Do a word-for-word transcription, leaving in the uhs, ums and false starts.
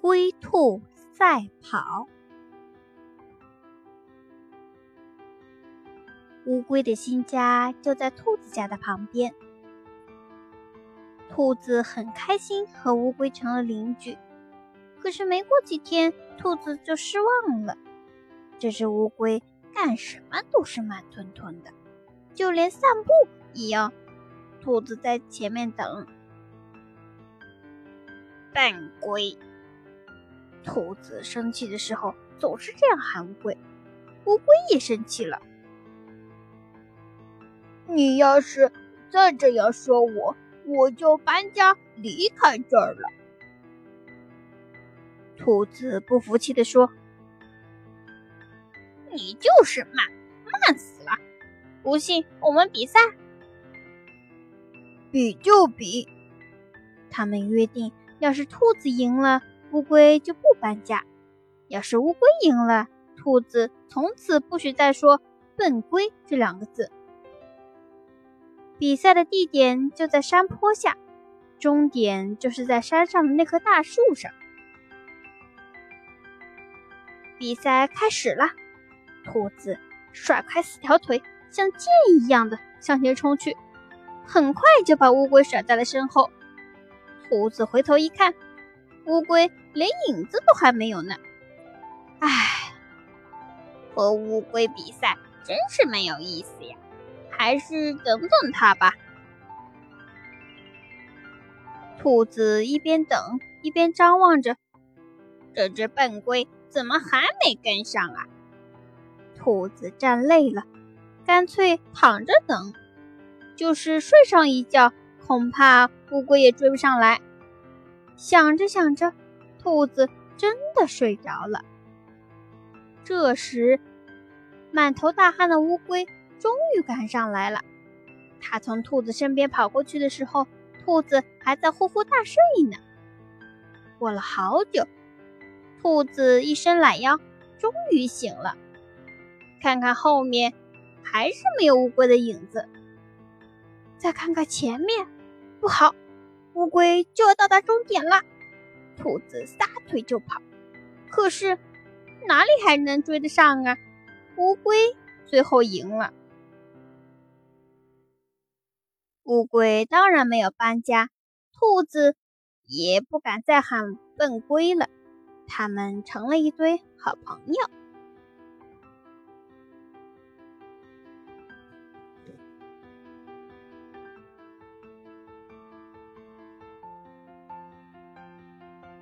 龟兔赛跑。乌龟的新家就在兔子家的旁边。兔子很开心和乌龟成了邻居，可是没过几天，兔子就失望了。这只乌龟干什么都是慢吞吞的，就连散步一样，兔子在前面等。笨龟！兔子生气的时候总是这样喊乌龟，乌龟也生气了。 你要是再这样说我，我就搬家离开这儿了。 兔子不服气地说： 你就是慢，慢死了！不信我们比赛。比就比。 他们约定，要是兔子赢了，乌龟就不搬家；要是乌龟赢了，兔子从此不许再说笨龟这两个字。比赛的地点就在山坡下，终点就是在山上的那棵大树上。比赛开始了，兔子甩开四条腿，像箭一样的向前冲去，很快就把乌龟甩在了身后。兔子回头一看，乌龟连影子都还没有呢。唉， 和乌龟比赛真是没有意思呀，还是等等它吧。 兔子一边等一边张望着， 这只笨龟怎么还没跟上啊？ 兔子站累了，干脆躺着等，就是睡上一觉，恐怕乌龟也追不上来。想着想着，兔子真的睡着了。这时，满头大汗的乌龟终于赶上来了。它从兔子身边跑过去的时候，兔子还在呼呼大睡呢。过了好久，兔子一伸懒腰，终于醒了。看看后面，还是没有乌龟的影子。再看看前面，不好，乌龟就要到达终点了。兔子撒腿就跑，可是哪里还能追得上啊？乌龟最后赢了。乌龟当然没有搬家，兔子也不敢再喊笨龟了，他们成了一堆好朋友。